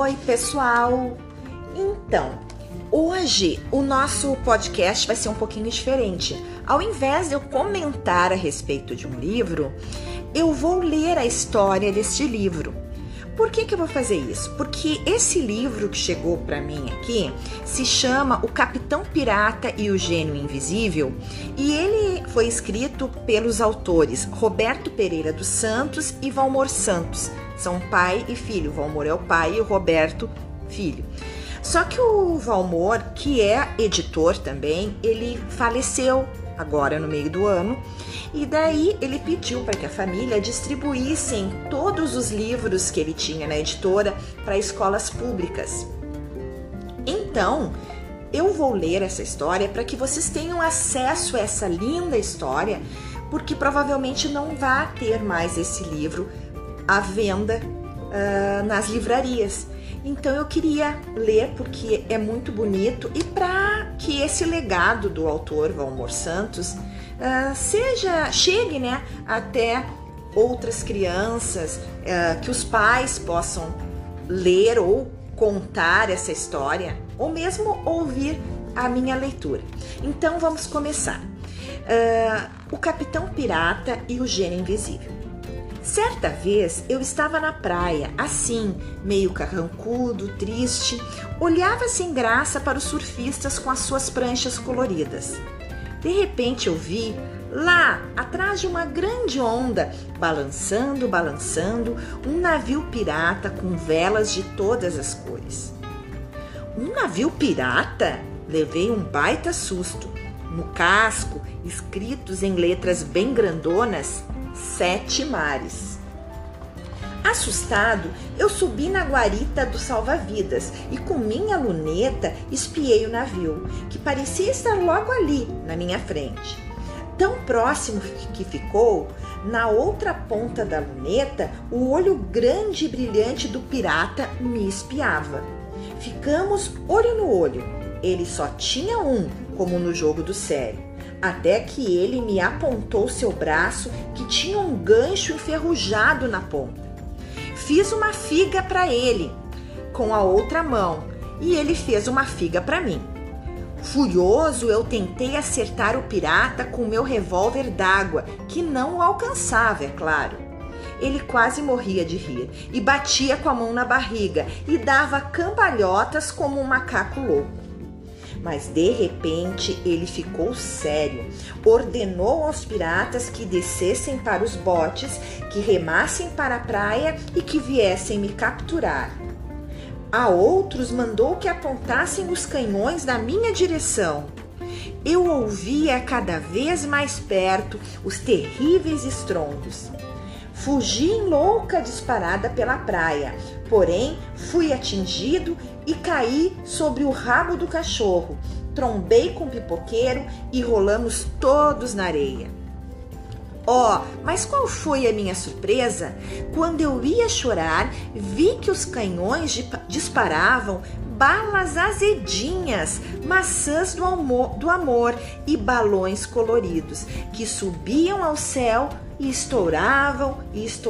Oi, pessoal! Então, hoje o nosso podcast vai ser um pouquinho diferente. Ao invés de eu comentar a respeito de um livro, eu vou ler a história deste livro. Por que eu vou fazer isso? Porque esse livro que chegou para mim aqui se chama O Capitão Pirata e o Gênio Invisível e ele foi escrito pelos autores Roberto Pereira dos Santos e Valmor Santos. São pai e filho. O Valmor é o pai e o Roberto, filho. Só que o Valmor, que é editor também, ele faleceu agora no meio do ano, e daí ele pediu para que a família distribuíssem todos os livros que ele tinha na editora para escolas públicas. Então, eu vou ler essa história para que vocês tenham acesso a essa linda história, porque provavelmente não vai ter mais esse livro à venda nas livrarias. Então eu queria ler porque é muito bonito e para que esse legado do autor Valmor Santos chegue, né, até outras crianças, que os pais possam ler ou contar essa história ou mesmo ouvir a minha leitura. Então vamos começar. O Capitão Pirata e o Gênio Invisível. Certa vez eu estava na praia, assim, meio carrancudo, triste, olhava sem graça para os surfistas com as suas pranchas coloridas. De repente eu vi, lá atrás de uma grande onda, balançando, um navio pirata com velas de todas as cores. Um navio pirata? Levei um baita susto. No casco, escritos em letras bem grandonas, 7 mares. Assustado, eu subi na guarita do salva-vidas e com minha luneta espiei o navio, que parecia estar logo ali, na minha frente. Tão próximo que ficou, na outra ponta da luneta, o olho grande e brilhante do pirata me espiava. Ficamos olho no olho. Ele só tinha um, como no jogo do sério. Até que ele me apontou seu braço que tinha um gancho enferrujado na ponta. Fiz uma figa para ele com a outra mão e ele fez uma figa para mim. Furioso, eu tentei acertar o pirata com meu revólver d'água, que não o alcançava, é claro. Ele quase morria de rir e batia com a mão na barriga e dava cambalhotas como um macaco louco. Mas de repente ele ficou sério, ordenou aos piratas que descessem para os botes, que remassem para a praia e que viessem me capturar. A outros mandou que apontassem os canhões na minha direção. Eu ouvia cada vez mais perto os terríveis estrondos. Fugi em louca disparada pela praia, porém fui atingido e caí sobre o rabo do cachorro. Trombei com o pipoqueiro e rolamos todos na areia. Mas qual foi a minha surpresa? Quando eu ia chorar, vi que os canhões disparavam balas azedinhas, maçãs do amor e balões coloridos, que subiam ao céu e estouravam,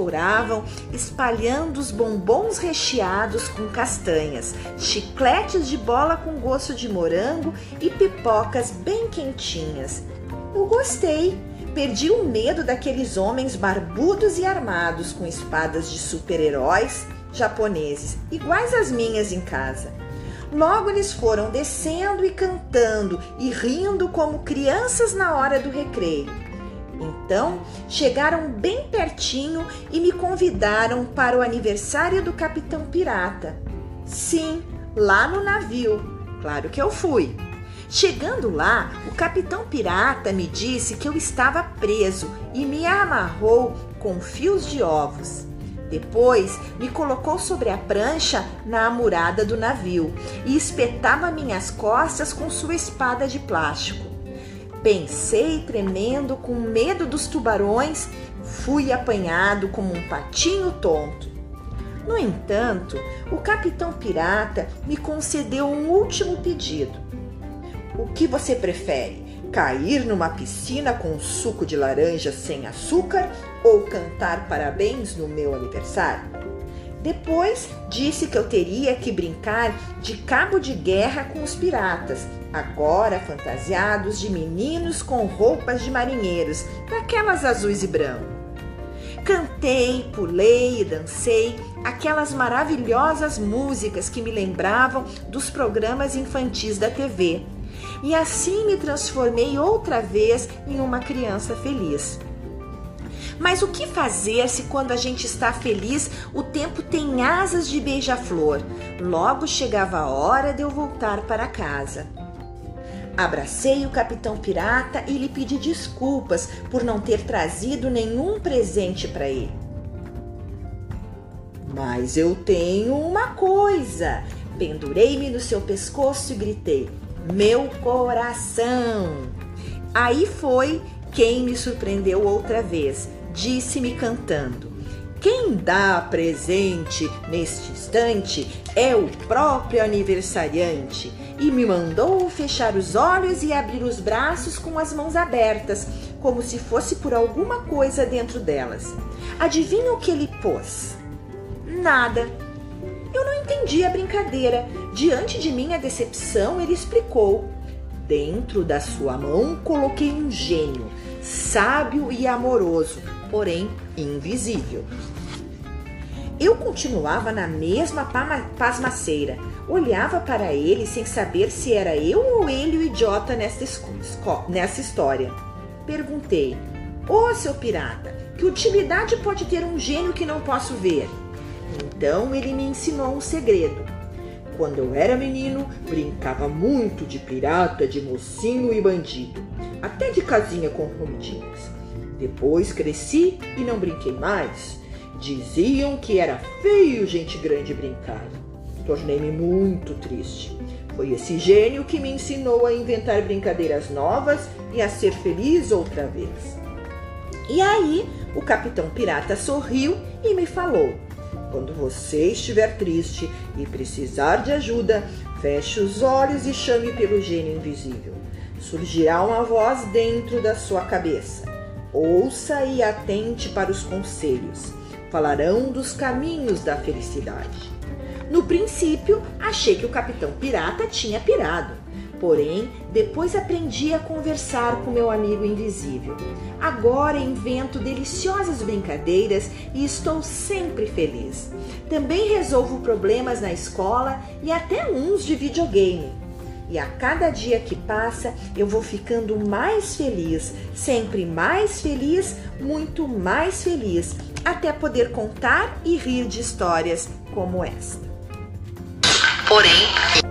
espalhando os bombons recheados com castanhas, chicletes de bola com gosto de morango e pipocas bem quentinhas. Eu gostei, perdi o medo daqueles homens barbudos e armados com espadas de super-heróis japoneses, iguais às minhas em casa. Logo eles foram descendo e cantando e rindo como crianças na hora do recreio. Então, chegaram bem pertinho e me convidaram para o aniversário do Capitão Pirata. Sim, lá no navio. Claro que eu fui. Chegando lá, o Capitão Pirata me disse que eu estava preso e me amarrou com fios de ovos. Depois, me colocou sobre a prancha na amurada do navio e espetava minhas costas com sua espada de plástico. Pensei tremendo, com medo dos tubarões, fui apanhado como um patinho tonto. No entanto, o Capitão Pirata me concedeu um último pedido. O que você prefere? Cair numa piscina com suco de laranja sem açúcar ou cantar parabéns no meu aniversário? Depois disse que eu teria que brincar de cabo de guerra com os piratas, agora fantasiados de meninos com roupas de marinheiros, daquelas azuis e branco. Cantei, pulei e dancei aquelas maravilhosas músicas que me lembravam dos programas infantis da TV. E assim me transformei outra vez em uma criança feliz. Mas o que fazer se quando a gente está feliz o tempo tem asas de beija-flor? Logo chegava a hora de eu voltar para casa. Abracei o Capitão Pirata e lhe pedi desculpas por não ter trazido nenhum presente para ele. Mas eu tenho uma coisa! Pendurei-me no seu pescoço e gritei: meu coração! Aí foi quem me surpreendeu outra vez. Disse-me cantando: quem dá presente neste instante é o próprio aniversariante. E me mandou fechar os olhos e abrir os braços com as mãos abertas, como se fosse por alguma coisa dentro delas. Adivinha o que ele pôs? Nada. Eu não entendi a brincadeira. Diante de minha decepção, ele explicou: dentro da sua mão coloquei um gênio, sábio e amoroso, porém invisível. Eu continuava na mesma pasmaceira. Olhava para ele sem saber se era eu ou ele o idiota nessa história. Perguntei: ô seu pirata, que utilidade pode ter um gênio que não posso ver? Então ele me ensinou um segredo. Quando eu era menino, brincava muito de pirata, de mocinho e bandido, até de casinha com comidinhas. Depois cresci e não brinquei mais. Diziam que era feio gente grande brincar. Tornei-me muito triste. Foi esse gênio que me ensinou a inventar brincadeiras novas e a ser feliz outra vez. E aí o Capitão Pirata sorriu e me falou: quando você estiver triste e precisar de ajuda, feche os olhos e chame pelo gênio invisível. Surgirá uma voz dentro da sua cabeça. Ouça e atente para os conselhos. Falarão dos caminhos da felicidade. No princípio, achei que o Capitão Pirata tinha pirado. Porém, depois aprendi a conversar com meu amigo invisível. Agora invento deliciosas brincadeiras e estou sempre feliz. Também resolvo problemas na escola e até uns de videogame. E a cada dia que passa, eu vou ficando mais feliz, sempre mais feliz, muito mais feliz, até poder contar e rir de histórias como esta. Porém...